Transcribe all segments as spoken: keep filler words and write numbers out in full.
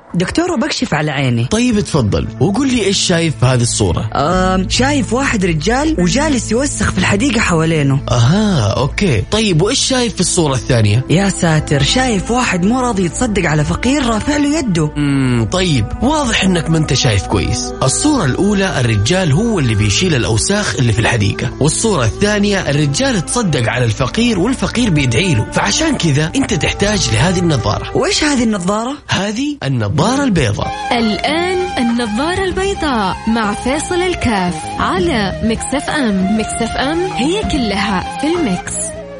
دكتورة بكشف على عيني. طيب تفضل وقول لي إيش شايف في هذه الصورة؟ آه شايف واحد رجال وجالس يوسخ في الحديقة حوالينه. أها أوكي. طيب وإيش شايف في الصورة الثانية؟ يا ساتر، شايف واحد مو راضي يتصدق على فقير رافع له يده. امم طيب واضح إنك ما أنت شايف كويس. الصورة الأولى الرجال هو اللي بيشيل الأوساخ اللي في الحديقة، والصورة الثانية الرجال تصدق على الفقير والفقير بيدعي له، فعشان كذا أنت تحتاج لهذه النظارة. وإيش هذه النظارة؟ هذه النظارة البيضاء. الآن النظارة البيضاء مع فيصل الكاف على ميكس اف ام. ميكس اف ام هي كلها في الميكس.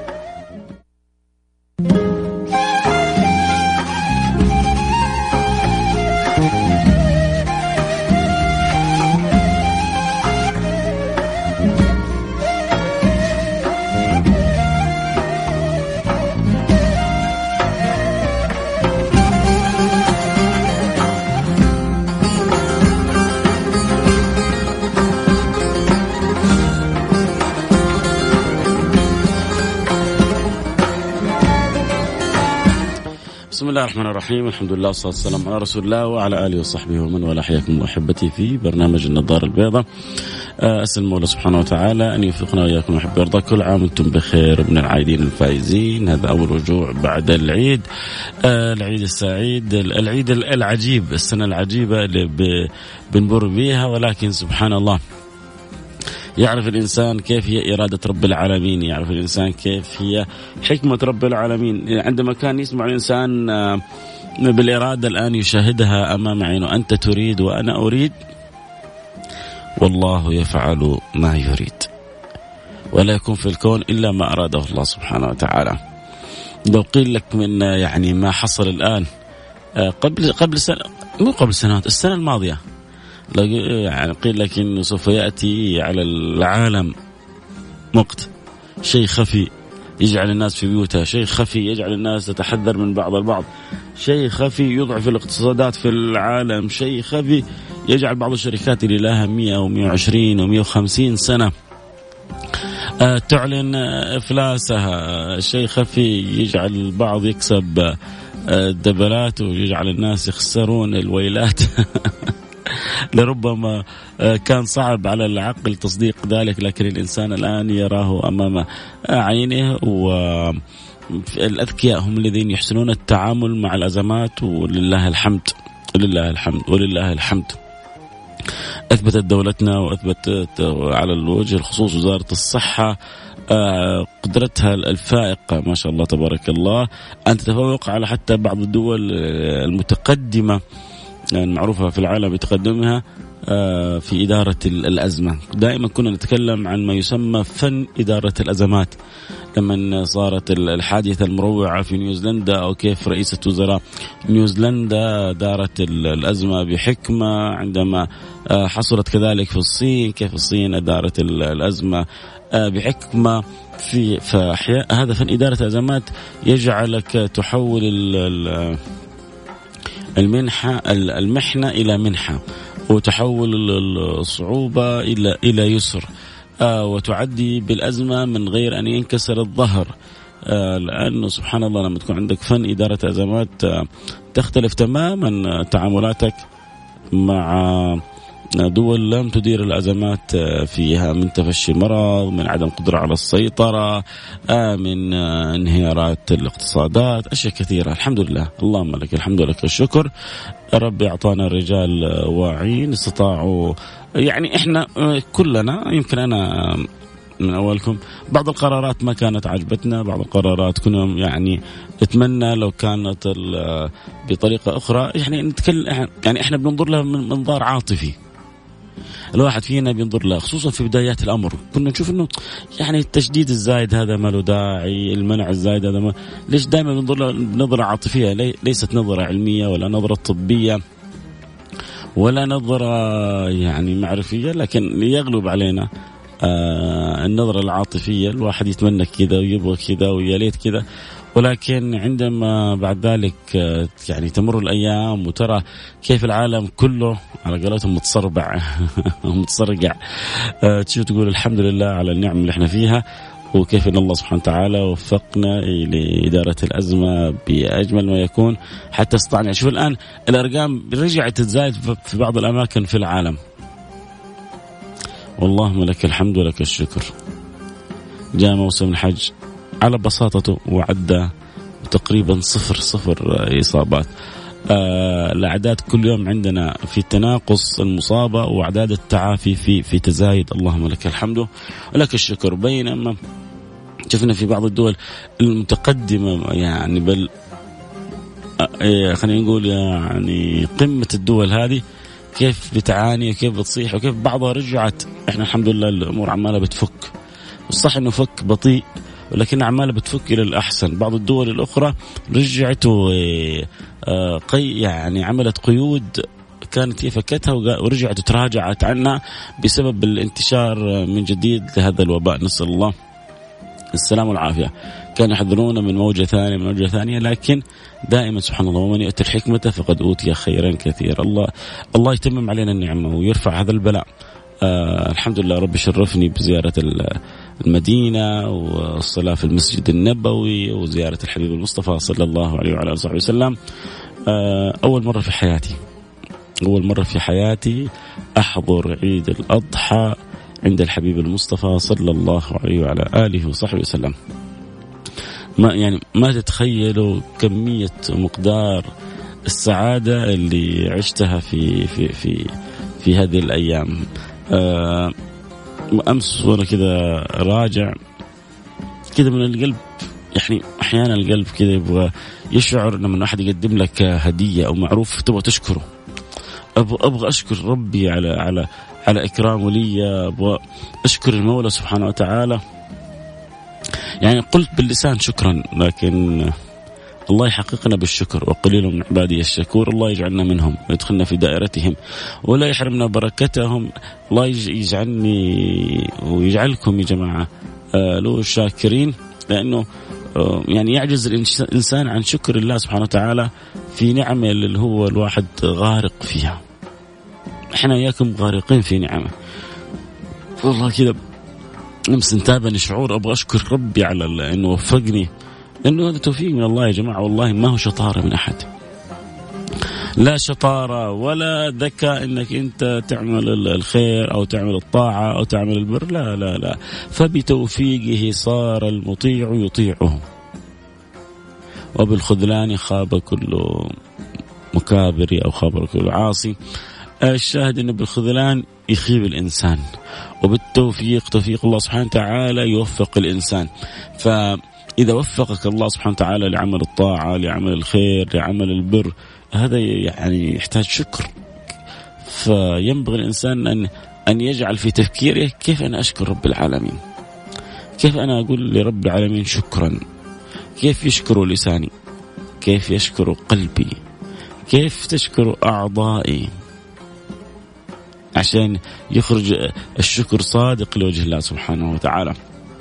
بسم الله الرحمن الرحيم. الحمد لله والصلاة والسلام على رسول الله وعلى آله وصحبه ومن والاه. حياكم وأحبتي في برنامج النظارة البيضاء. أسأل المولى سبحانه وتعالى أن يوفقنا وإياكم ويحب يرضى. كل عام وأنتم بخير ومن العايدين الفائزين. هذا أول رجوع بعد العيد، العيد السعيد، العيد العجيب، السنة العجيبة اللي بنمر بيها، ولكن سبحان الله يعرف الإنسان كيف هي إرادة رب العالمين، يعرف الإنسان كيف هي حكمة رب العالمين. عندما كان يسمع الإنسان بالإرادة الآن يشاهدها أمام عينه. أنت تريد وأنا أريد والله يفعل ما يريد، ولا يكون في الكون إلا ما أراده الله سبحانه وتعالى. لو قيل لك من يعني ما حصل الآن قبل قبل سنة، مو قبل سنوات، السنة الماضية، يعني قيل لك إنه سوف يأتي على العالم وقت شيء خفي يجعل الناس في بيوتها، شيء خفي يجعل الناس تتحذر من بعض البعض، شيء خفي يضعف الاقتصادات في العالم، شيء خفي يجعل بعض الشركات اللي لها مئة ومئة وعشرين ومئة وخمسين سنة تعلن إفلاسها، شيء خفي يجعل البعض يكسب دبلات ويجعل الناس يخسرون الويلات. لربما كان صعب على العقل تصديق ذلك، لكن الإنسان الآن يراه أمام عينه. والأذكياء هم الذين يحسنون التعامل مع الأزمات، ولله الحمد ولله الحمد ولله الحمد. أثبتت دولتنا وأثبتت على الوجه الخصوص وزارة الصحة قدرتها الفائقة ما شاء الله تبارك الله أن تتفوق على حتى بعض الدول المتقدمة المعروفة في العالم بتقدمها في إدارة الأزمة. دائما كنا نتكلم عن ما يسمى فن إدارة الأزمات، لما صارت الحادثة المروعة في نيوزيلندا، أو كيف رئيسة وزراء نيوزيلندا دارت الأزمة بحكمة، عندما حصلت كذلك في الصين كيف الصين أدارت الأزمة بحكمة. في فأحياء هذا فن إدارة الأزمات يجعلك تحول المنحة المحنة إلى منحة، وتحول الصعوبة إلى إلى يسر، آه وتعدي بالأزمة من غير أن ينكسر الظهر. آه لأنه سبحان الله لما تكون عندك فن إدارة أزمات آه تختلف تماما تعاملاتك مع دول لم تدير الأزمات فيها، من تفشي المرض، من عدم قدرة على السيطرة، من انهيارات الاقتصادات، أشياء كثيرة. الحمد لله، اللهم لك الحمد لك الشكر. ربي أعطانا الرجال واعين استطاعوا، يعني إحنا كلنا، يمكن أنا من أولكم، بعض القرارات ما كانت عجبتنا، بعض القرارات كنا يعني نتمنى لو كانت بطريقة أخرى. يعني نتكلم، يعني إحنا بننظر لها من منظار عاطفي، الواحد فينا بينظر له، خصوصا في بدايات الأمر كنا نشوف إنه يعني التشديد الزايد هذا ما له داعي، المنع الزايد هذا ما، ليش دائما بننظر له بنظرة عاطفية، ليست نظرة علمية ولا نظرة طبية ولا نظرة يعني معرفية، لكن يغلب علينا آه النظرة العاطفية. الواحد يتمنى كذا ويبغى كذا ويا ليت كذا، ولكن عندما بعد ذلك يعني تمر الأيام وترى كيف العالم كله على قولتهم متصربع متصرقع، تشوف تقول الحمد لله على النعم اللي احنا فيها. وكيف أن الله سبحانه وتعالى وفقنا لإدارة الأزمة بأجمل ما يكون حتى استطعنا. شوف الآن الأرقام رجعت تتزايد في بعض الأماكن في العالم، والله لك الحمد ولك الشكر. جاء موسم الحج على بساطته وعدى تقريبا صفر صفر إصابات. آه الأعداد كل يوم عندنا في تناقص المصابة وأعداد التعافي في في تزايد، اللهم لك الحمد ولك الشكر. بينما شفنا في بعض الدول المتقدمة يعني بل آه خلينا نقول يعني قمة الدول هذه كيف بتعاني وكيف بتصيح وكيف بعضها رجعت. احنا الحمد لله الأمور عمالة بتفك، والصح انه فك بطيء ولكن عمالة بتفك إلى الأحسن. بعض الدول الأخرى رجعت قي يعني عملت قيود كانت هي فكتها ورجعت وتراجعت عنها بسبب الانتشار من جديد لهذا الوباء، نسأل الله السلام والعافية. كانوا يحذرون من موجة ثانية من موجة ثانية، لكن دائما سبحان الله ومن يؤتي الحكمة فقد أوتي خيرا كثيرا. الله الله يتمم علينا النعمة ويرفع هذا البلاء. آه الحمد لله رب شرفني بزيارة المدينة والصلاة في المسجد النبوي وزيارة الحبيب المصطفى صلى الله عليه وعلى آله وصحبه وسلم. آه أول مرة في حياتي أول مرة في حياتي أحضر عيد الأضحى عند الحبيب المصطفى صلى الله عليه وعلى آله وصحبه وسلم. ما يعني ما تتخيلوا كمية مقدار السعادة اللي عشتها في في في في هذه الأيام. آه أمس وأنا كذا راجع كذا من القلب، يعني أحيانا القلب كذا يبغى يشعر لما أحد يقدم لك هدية أو معروف تبغى تشكره. أبغى أبغى أشكر ربي على على على إكرامه لي، أبغى أشكر المولى سبحانه وتعالى. يعني قلت باللسان شكرا، لكن الله يحققنا بالشكر، وقليل من عبادي الشكور. الله يجعلنا منهم ويدخلنا في دائرتهم ولا يحرمنا بركتهم. الله يجعلني ويجعلكم يا جماعة آه له الشاكرين، لأنه آه يعني يعجز الإنسان عن شكر الله سبحانه وتعالى في نعمة اللي هو الواحد غارق فيها. احنا إياكم غارقين في نعمة. والله كذا أمس انتابني شعور أبغى أشكر ربي على أنه وفقني، لأنه هذا توفيق من الله يا جماعة. والله ما هو شطارة من أحد، لا شطارة ولا ذكاء أنك أنت تعمل الخير أو تعمل الطاعة أو تعمل البر، لا لا لا. فبتوفيقه صار المطيع يطيعه، وبالخذلان خاب كل مكابر أو خاب كل عاصي. الشاهد أنه بالخذلان يخيب الإنسان، وبالتوفيق توفيق الله سبحانه وتعالى يوفق الإنسان. فإذا وفقك الله سبحانه وتعالى لعمل الطاعة، لعمل الخير، لعمل البر، هذا يعني يحتاج شكر. فينبغي الإنسان أن أن يجعل في تفكيره كيف أنا أشكر رب العالمين، كيف أنا أقول لرب العالمين شكرا، كيف يشكر لساني، كيف يشكر قلبي، كيف تشكر أعضائي، عشان يخرج الشكر صادق لوجه الله سبحانه وتعالى.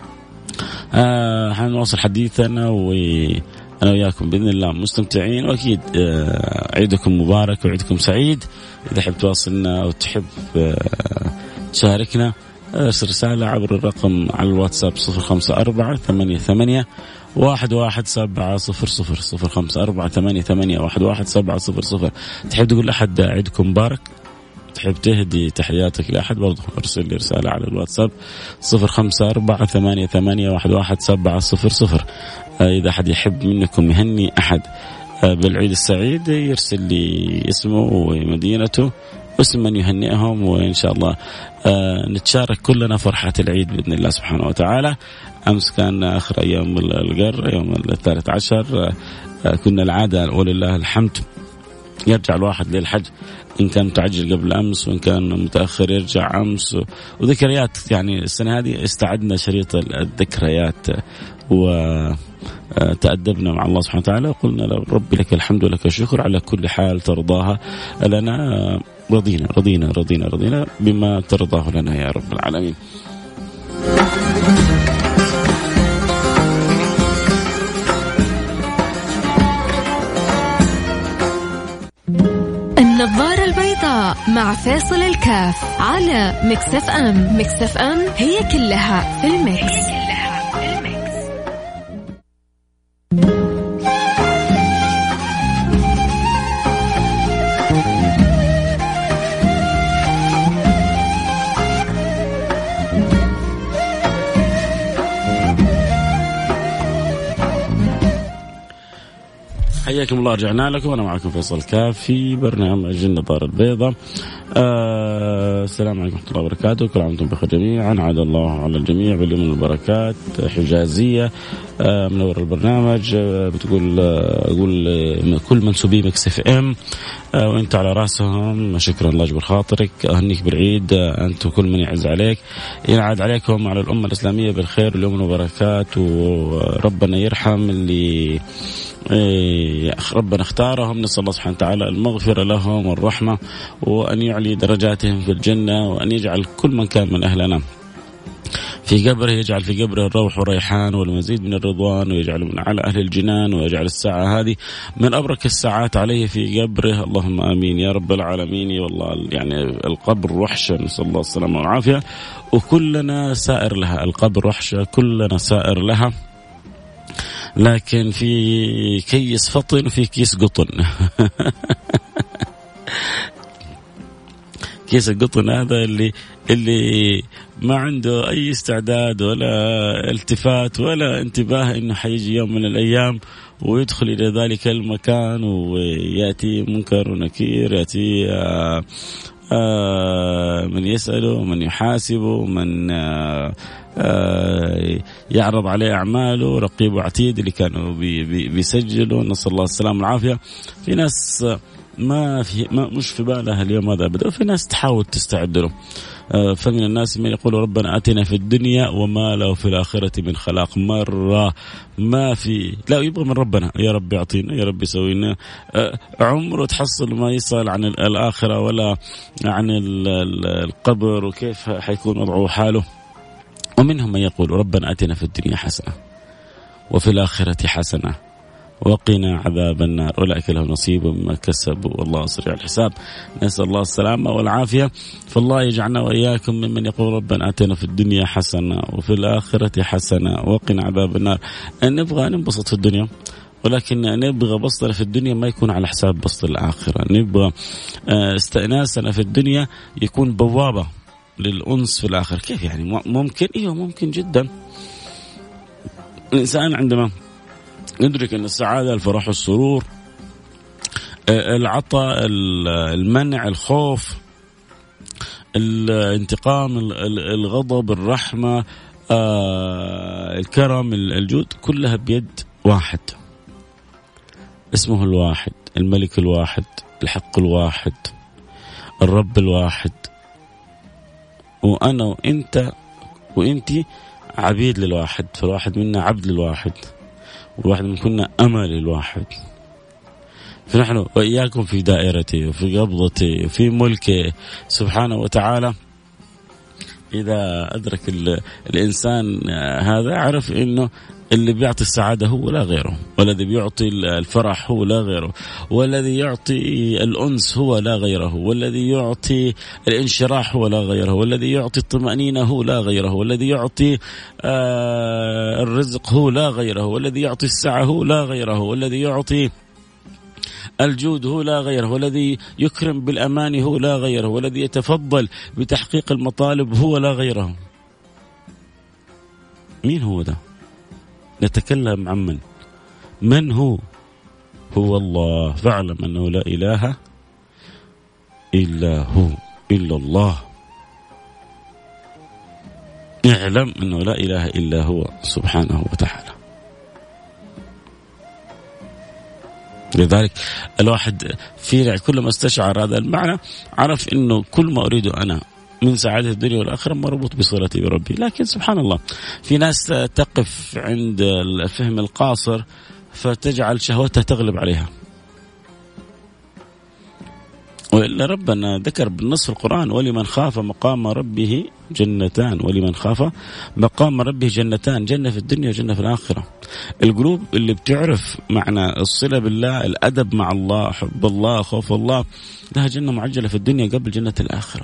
آه حنواصل حديثنا وأنا وياكم بإذن الله مستمتعين، وأكيد آه عيدكم مبارك وعيدكم سعيد. إذا حب تواصلنا أو تحب آه تشاركنا ارسل رسالة عبر الرقم على الواتساب صفر خمسة أربعة ثمانية ثمانية واحد واحد سبعة صفر صفر صفر خمسة أربعة ثمانية ثمانية واحد واحد سبعة صفر صفر. تحب تقول لأحد عيدكم مبارك، تحب تهدي تحياتك لأحد، برضو ارسل لي رسالة على الواتساب صفر خمسة أربعة ثمانية ثمانية واحد واحد سبعة صفر صفر. إذا أحد يحب منكم يهني أحد بالعيد السعيد يرسل لي اسمه ومدينته واسم من يهنئهم، وإن شاء الله نتشارك كلنا فرحة العيد بإذن الله سبحانه وتعالى. أمس كان آخر أيام القر يوم الثالث عشر، كنا العادة ولله الحمد يرجع الواحد للحج إن كان متعجل قبل أمس وإن كان متأخر يرجع أمس، وذكريات. يعني السنة هذه استعدنا شريط الذكريات وتأدبنا مع الله سبحانه وتعالى وقلنا ربي لك الحمد ولك الشكر على كل حال ترضاها لنا. رضينا رضينا رضينا رضينا بما ترضاه لنا يا رب العالمين. النظارة البيضاء مع فاصل الكاف على مكسف أم. مكسف أم هي كلها في المكس. حياكم الله، رجعنا لكم. أنا معكم فيصل كاف في برنامج النظارة البيضاء. آه السلام عليكم ورحمة الله وبركاته، كل عام وانتم بخير جميعا. عاد الله على الجميع باليوم البركات. حجازية آه منور البرنامج. آه بتقول آه أقول آه كل منسوبي مكس اف ام آه وانت على راسهم، شكرا الله يجبر خاطرك. أهنيك بالعيد آه أنت وكل من يعز عليك، ينعاد عليكم على الأمة الإسلامية بالخير واليوم البركات، وربنا يرحم اللي إيه ربنا اختارهم. نسأل الله سبحانه وتعالى المغفرة لهم والرحمة، وأن يعلي درجاتهم في الجنة، وأن يجعل كل من كان من أهلنا في قبره يجعل في قبره الروح والريحان والمزيد من الرضوان، ويجعل من على أهل الجنان، ويجعل الساعة هذه من أبرك الساعات عليه في قبره. اللهم آمين يا رب العالمين. والله يعني القبر وحشة، نسأل الله السلامة والعافية، وكلنا سائر لها. القبر وحشة كلنا سائر لها، لكن في كيس فطن وفي كيس قطن. كيس القطن هذا اللي اللي ما عنده أي استعداد ولا التفات ولا انتباه إنه حيجي يوم من الأيام ويدخل إلى ذلك المكان، ويأتي منكر ونكير، يأتي آآ آآ من يسأله، من يحاسبه، من آآ آآ يعرض عليه أعماله، رقيب وعتيد اللي كانوا بي بي بيسجلوا. نسأل الله السلامة والعافية. في ناس ما في ما مش في بالها اليوم هذا أبدا، وفي ناس تحاول تستعد له. فمن الناس من يقول ربنا آتنا في الدنيا وما له في الآخرة من خلاق. مرة ما في، لا يبغى من ربنا يا رب يعطينا، يا رب يسوي لنا. عمره تحصل ما يسأل عن الآخرة ولا عن القبر وكيف حيكون وضعه حاله. ومنهم من يقول ربنا آتنا في الدنيا حسنة وفي الآخرة حسنة وقنا عذاب النار، أولئك لهم نصيب مما كسبوا والله سريع الحساب. نسأل الله السلامة والعافية. فالله يجعلنا وإياكم ممن يقول ربنا آتنا في الدنيا حسنة وفي الآخرة حسنة وقنا عذاب النار. نبغى ننبسط في الدنيا، ولكن نبغى بسطنا في الدنيا ما يكون على حساب بسط الآخرة. نبغى استئناسنا في الدنيا يكون بوابة للأنس في الآخرة. كيف يعني؟ ممكن، إيه ممكن جدا. الإنسان عندما ندرك أن السعادة، الفرح، السرور، العطاء، المنع، الخوف، الانتقام، الغضب، الرحمة، الكرم، الجود، كلها بيد واحد اسمه الواحد، الملك الواحد، الحق الواحد، الرب الواحد. وأنا وإنت وإنتي عبيد للواحد، فالواحد منا عبد للواحد، والواحد من كنا أمل الواحد. فنحن وإياكم في دائرته وفي قبضته وفي ملكه سبحانه وتعالى. إذا أدرك الإنسان هذا عرف إنه اللي بيعطي السعادة هو لا غيره، والذي بيعطي الفرح هو لا غيره، والذي يعطي الأنس هو لا غيره، والذي يعطي الانشراح هو لا غيره، والذي يعطي الطمأنينة هو لا غيره، والذي يعطي آه الرزق هو لا غيره، والذي يعطي السعة هو لا غيره، والذي يعطي الجود هو لا غيره، والذي يكرم بالأمان هو لا غيره، والذي يتفضل بتحقيق المطالب هو لا غيره. مين هو ده؟ نتكلم عن من من هو هو الله. فاعلم أنه لا إله إلا هو إلا الله. اعلم أنه لا إله إلا هو سبحانه وتعالى. لذلك الواحد في كل ما استشعر هذا المعنى عرف أنه كل ما أريده أنا من سعادة الدنيا والآخرة مربوط بصلتي بربي. لكن سبحان الله في ناس تقف عند الفهم القاصر فتجعل شهوتها تغلب عليها. وإلا ربنا ذكر بالنص القرآن ولمن خاف مقام ربه جنتان، ولمن خاف مقام ربه جنتان، جنة في الدنيا وجنة في الآخرة. القلوب اللي بتعرف معنى الصلة بالله، الأدب مع الله، حب الله، خوف الله، لها جنة معجلة في الدنيا قبل جنة الآخرة.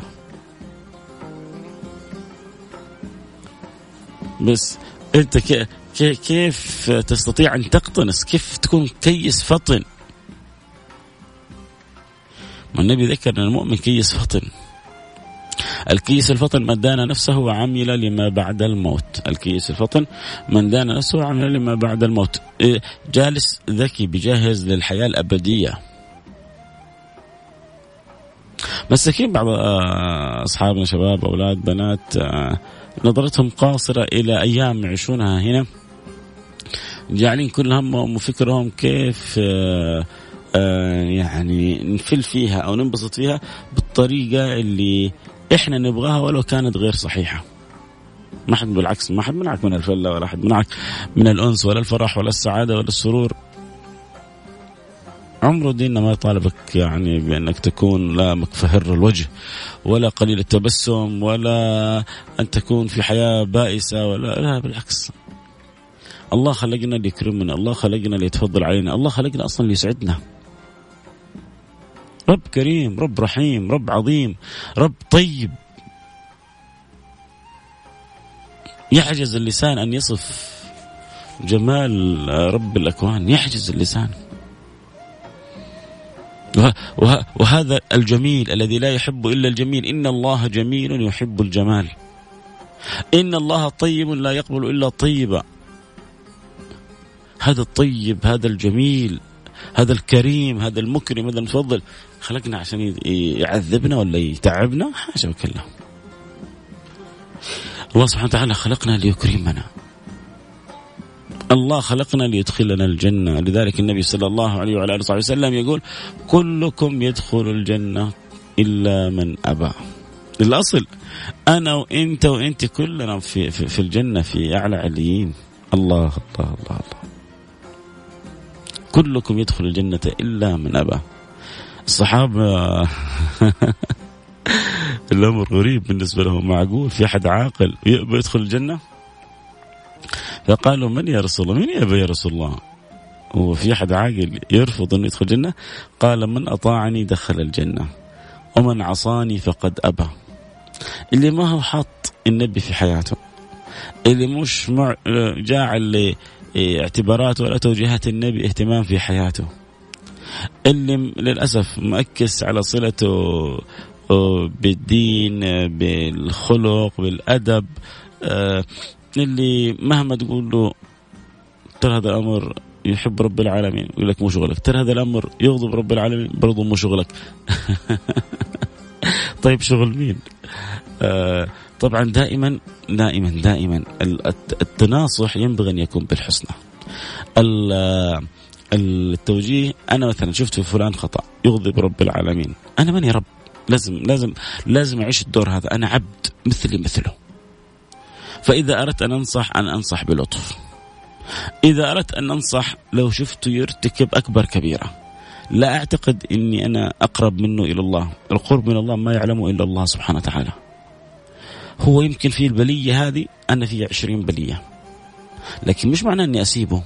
بس أنت كيف تستطيع أن تقتنص؟ كيف تكون كيس فطن؟ ما النبي ذكر أن المؤمن كيس فطن. الكيس الفطن من دان نفسه وعمل لما بعد الموت. الكيس الفطن من دان نفسه وعمل لما بعد الموت. جالس ذكي بجهز للحياة الأبدية. مساكين بعض أصحابنا شباب أولاد بنات نظرتهم قاصرة إلى أيام يعيشونها هنا، جعلين كل همهم وفكرهم كيف يعني نفل فيها أو ننبسط فيها بالطريقة اللي إحنا نبغاها ولو كانت غير صحيحة. ما حد بالعكس، ما حد منعك من الفلة ولا حد منعك من الأنس ولا الفرح ولا السعادة ولا السرور. عمره ديننا ما يطالبك يعني بأنك تكون لا مكفهر الوجه ولا قليل التبسم ولا أن تكون في حياة بائسة ولا لا، بالعكس. الله خلقنا ليكرمنا، الله خلقنا ليتفضل علينا، الله خلقنا أصلا ليسعدنا. رب كريم، رب رحيم، رب عظيم، رب طيب. يعجز اللسان أن يصف جمال رب الأكوان، يعجز اللسان. وهذا الجميل الذي لا يحب إلا الجميل. إن الله جميل يحب الجمال. إن الله طيب لا يقبل إلا طيبا. هذا الطيب، هذا الجميل، هذا الكريم، هذا المكرم، هذا المفضل خلقنا عشان يعذبنا ولا يتعبنا؟ حاشا وكلا. الله سبحانه وتعالى خلقنا ليكرمنا، الله خلقنا ليدخلنا الجنة. لذلك النبي صلى الله عليه وعلى آله وسلم يقول كلكم يدخل الجنة إلا من أبى. الأصل أنا وإنت وإنت كلنا في, في, في الجنة في أعلى عليين. الله الله الله الله. كلكم يدخل الجنة إلا من أبى. الصحابة الأمر غريب بالنسبة لهم، معقول في أحد عاقل يدخل الجنة؟ فقالوا من يا رسول الله؟ من يأبى يا رسول الله؟ وفي أحد عاقل يرفض أن يدخل الجنة؟ قال من أطاعني دخل الجنة ومن عصاني فقد أبى. اللي ما هو حط النبي في حياته، اللي مش جاعل اعتبارات ولا توجيهات النبي اهتمام في حياته، اللي للأسف مؤكس على صلته بالدين بالخلق بالأدب، اللي مهما تقول له ترى هذا الأمر يحب رب العالمين يقول لك مو شغلك، ترى هذا الأمر يغضب رب العالمين برضو مو شغلك. طيب شغل مين؟ آه طبعا دائما دائما دائما التناصح ينبغي أن يكون بالحسنى. التوجيه، أنا مثلا شفت في فلان خطأ يغضب رب العالمين، أنا ماني رب، لازم لازم لازم أعيش الدور هذا، أنا عبد مثلي مثله. فإذا أردت أن أنصح أن أنصح بلطف. إذا أردت أن أنصح لو شفته يرتكب أكبر كبيرة، لا أعتقد أني أنا أقرب منه إلى الله. القرب من الله ما يعلمه إلا الله سبحانه وتعالى. هو يمكن في البلية هذه أنا في عشرين بلية، لكن مش معناه أني أسيبه،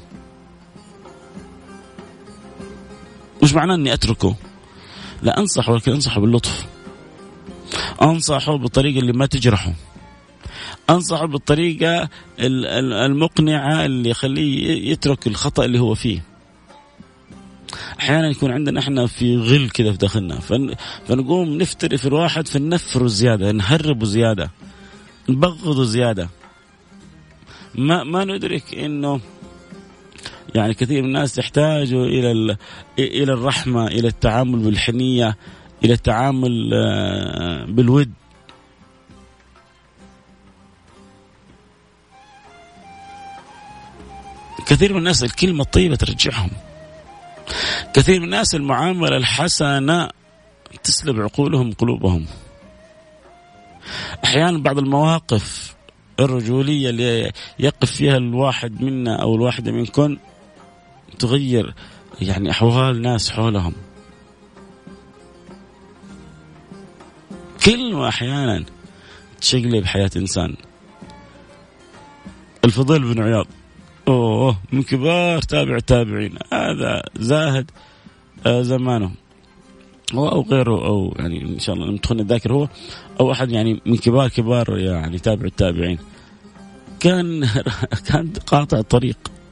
مش معناه أني أتركه. لا، أنصحه، ولكن أنصحه باللطف، أنصحه بالطريقة اللي ما تجرحه، أنصحه بالطريقة المقنعة اللي يخليه يترك الخطأ اللي هو فيه. أحيانا يكون عندنا إحنا في غل كذا في داخلنا، فنقوم نفتري في الواحد فنفره زيادة، نهربه زيادة، نبغضه زيادة. ما ما ندرك إنه يعني كثير من الناس يحتاجوا إلى إلى الرحمة، إلى التعامل بالحنية، إلى التعامل بالود. كثير من الناس الكلمة الطيبة ترجعهم، كثير من الناس المعاملة الحسنة تسلب عقولهم قلوبهم. أحيانا بعض المواقف الرجولية اللي يقف فيها الواحد منا أو الواحدة منكم تغير يعني أحوال ناس حولهم. كلمة أحيانا تشقلب حياة إنسان. الفضيل بن عياض أوه من كبار تابع التابعين، هذا زاهد آه زمانه هو أو غيره، أو يعني إن شاء الله ندخل الذاكر هو أو أحد يعني من كبار كبار يعني تابع التابعين. كان كان قاطع الطريق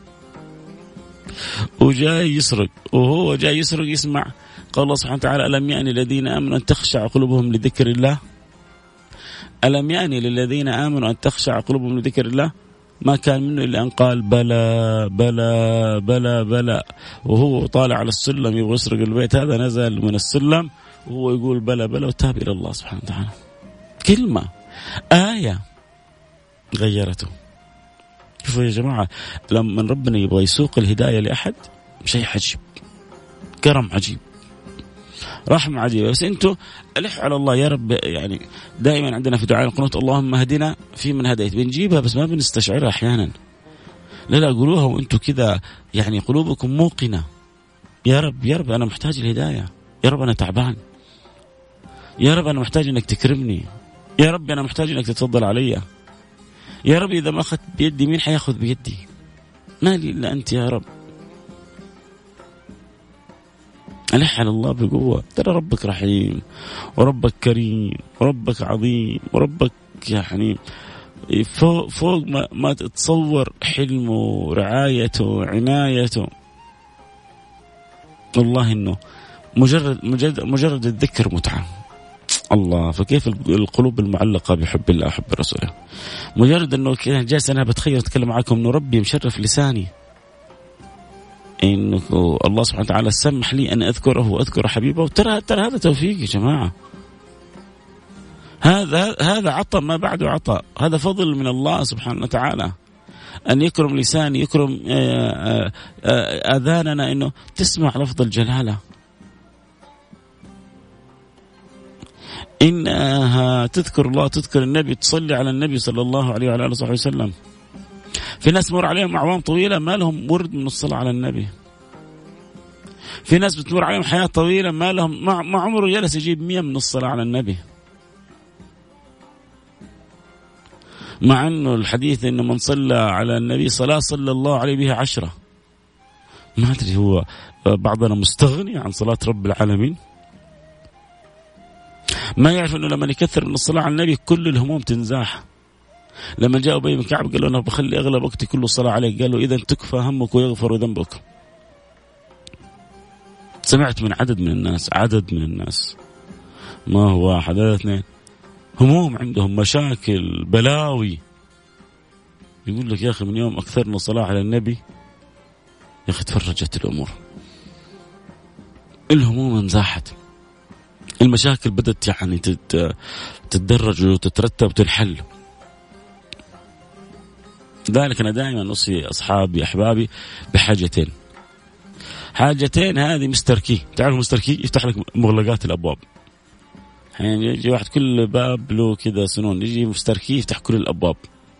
وجاي يسرق، وهو جاي يسرق يسمع قال الله سبحانه وتعالى ألم يعني الذين آمنوا أن تخشع قلوبهم لذكر الله. ألم يعني للذين آمنوا أن تخشع قلوبهم لذكر الله؟ ما كان منه إلا أن قال بلى بلى بلى بلى، وهو طالع على السلم يبغى يسرق البيت، هذا نزل من السلم وهو يقول بلى بلى وتاب إلى الله سبحانه وتعالى. كلمة آية غيرته. شوفوا يا جماعة، لما ربنا يبغى يسوق الهداية لأحد شيء عجيب، كرم عجيب، رحمة عجيبة. بس أنتوا ألحوا على الله يا رب. يعني دائما عندنا في دعاء القنوت اللهم اهدنا في من هديت، بنجيبها بس ما بنستشعرها أحيانا. لا لا قولوها وأنتوا كذا يعني قلوبكم موقنة. يا رب يا رب أنا محتاج الهداية، يا رب أنا تعبان، يا رب أنا محتاج أنك تكرمني، يا رب أنا محتاج أنك تتفضل علي، يا رب إذا ما أخذت بيدي مين حياخذ بيدي؟ ما لي إلا أنت يا رب. ألح على الله بقوة. ترى ربك رحيم وربك كريم وربك عظيم وربك يعني فوق, فوق ما, ما تتصور حلمه ورعايته وعنايته. والله إنه مجرد مجرد مجرد الذكر متعة. الله، فكيف القلوب المعلقة بحب الله وحب رسوله. مجرد أنه جالس أنا بتخيل أتكلم معكم أنه ربي مشرف لساني، إنه الله سبحانه وتعالى سمح لي أن أذكره وأذكر حبيبه. وترى ترى هذا توفيق يا جماعة، هذا هذا عطاء ما بعده عطاء، هذا فضل من الله سبحانه وتعالى أن يكرم لساني، يكرم آذاننا إنه تسمع لفظ الجلالة. إنها تذكر الله، تذكر النبي، تصلي على النبي صلى الله عليه وعلى آله وصحبه وسلم. في ناس مر عليهم أعوام طويلة ما لهم ورد من الصلاة على النبي. في ناس بتمر عليهم حياة طويلة ما لهم ما عمره جلس يجيب مية من الصلاة على النبي. مع أنه الحديث إنه من صلى على النبي صلاة صلى الله عليه بها عشرة. ما أدري هو بعضنا مستغني عن صلاة رب العالمين، ما يعرف أنه لما يكثر من الصلاة على النبي كل الهموم تنزاح. لما جاء أبي بن كعب قال له أنا بخلي أغلب وقتي كله صلاة عليك، قال له إذا تكفى همك ويغفر ذنبك. سمعت من عدد من الناس عدد من الناس ما هو واحد هذا اثنين هموم عندهم مشاكل بلاوي، يقول لك يا أخي من يوم أكثرنا صلاة على النبي يا أخي تفرجت الأمور، الهموم انزاحت، المشاكل بدأت يعني تتدرج وتترتب وتنحل. ذلك أنا دائما نصي أصحابي أحبابي بحاجتين. حاجتين هذه مستر كي، تعرف مستر كي يفتح لك مغلقات الأبواب. يعني يجي واحد كل باب له كذا سنون، يجي مستر كي يفتح كل الأبواب.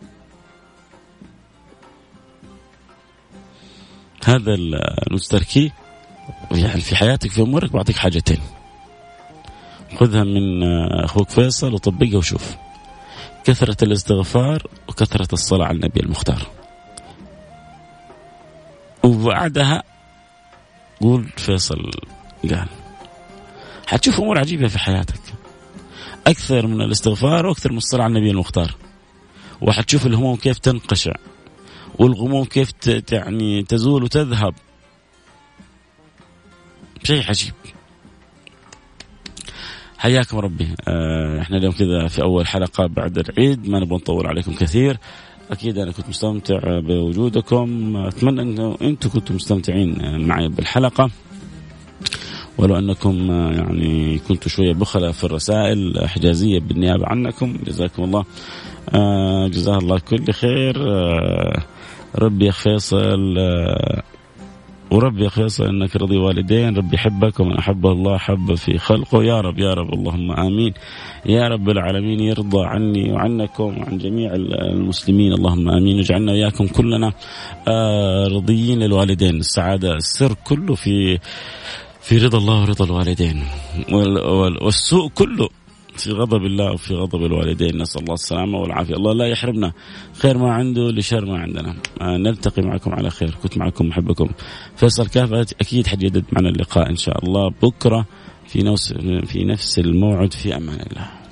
هذا المستر كي يعني في حياتك في أمورك بعطيك حاجتين، خذها من أخوك فيصل وطبقها وشوف. كثرة الاستغفار وكثرة الصلاة على النبي المختار. وبعدها قول فيصل قال، حتشوف أمور عجيبة في حياتك أكثر من الاستغفار وأكثر من الصلاة على النبي المختار. وحتشوف الهموم كيف تنقشع والغموم كيف يعني تزول وتذهب. شيء عجيب. حياكم ربي. اه احنا اليوم كذا في أول حلقة بعد العيد، ما نبغى نطول عليكم كثير. أكيد أنا كنت مستمتع بوجودكم، أتمنى أنه أنتم كنتم مستمتعين معي بالحلقة، ولو أنكم يعني كنتوا شوية بخلة في الرسائل حجازية بالنيابة عنكم، جزاكم الله اه جزاه الله كل خير. اه ربي يا فيصل اه وربي يا فيصل انك رضي والدين، ربي يحبك ومن احبه الله حب في خلقه. يا رب يا رب اللهم امين يا رب العالمين. يرضى عني وعنكم وعن جميع المسلمين اللهم امين. واجعلنا اياكم كلنا رضيين للوالدين. السعاده السر كله في في رضا الله ورضا الوالدين، والسوء كله في غضب الله وفي غضب الوالدين. نسأل الله السلامة والعافية. الله لا يحرمنا خير ما عنده لشر ما عندنا. نلتقي معكم على خير. كنت معكم محبكم فيصل كاف. أكيد حجدد معنا اللقاء إن شاء الله بكرة في نفس في نفس الموعد. في أمان الله.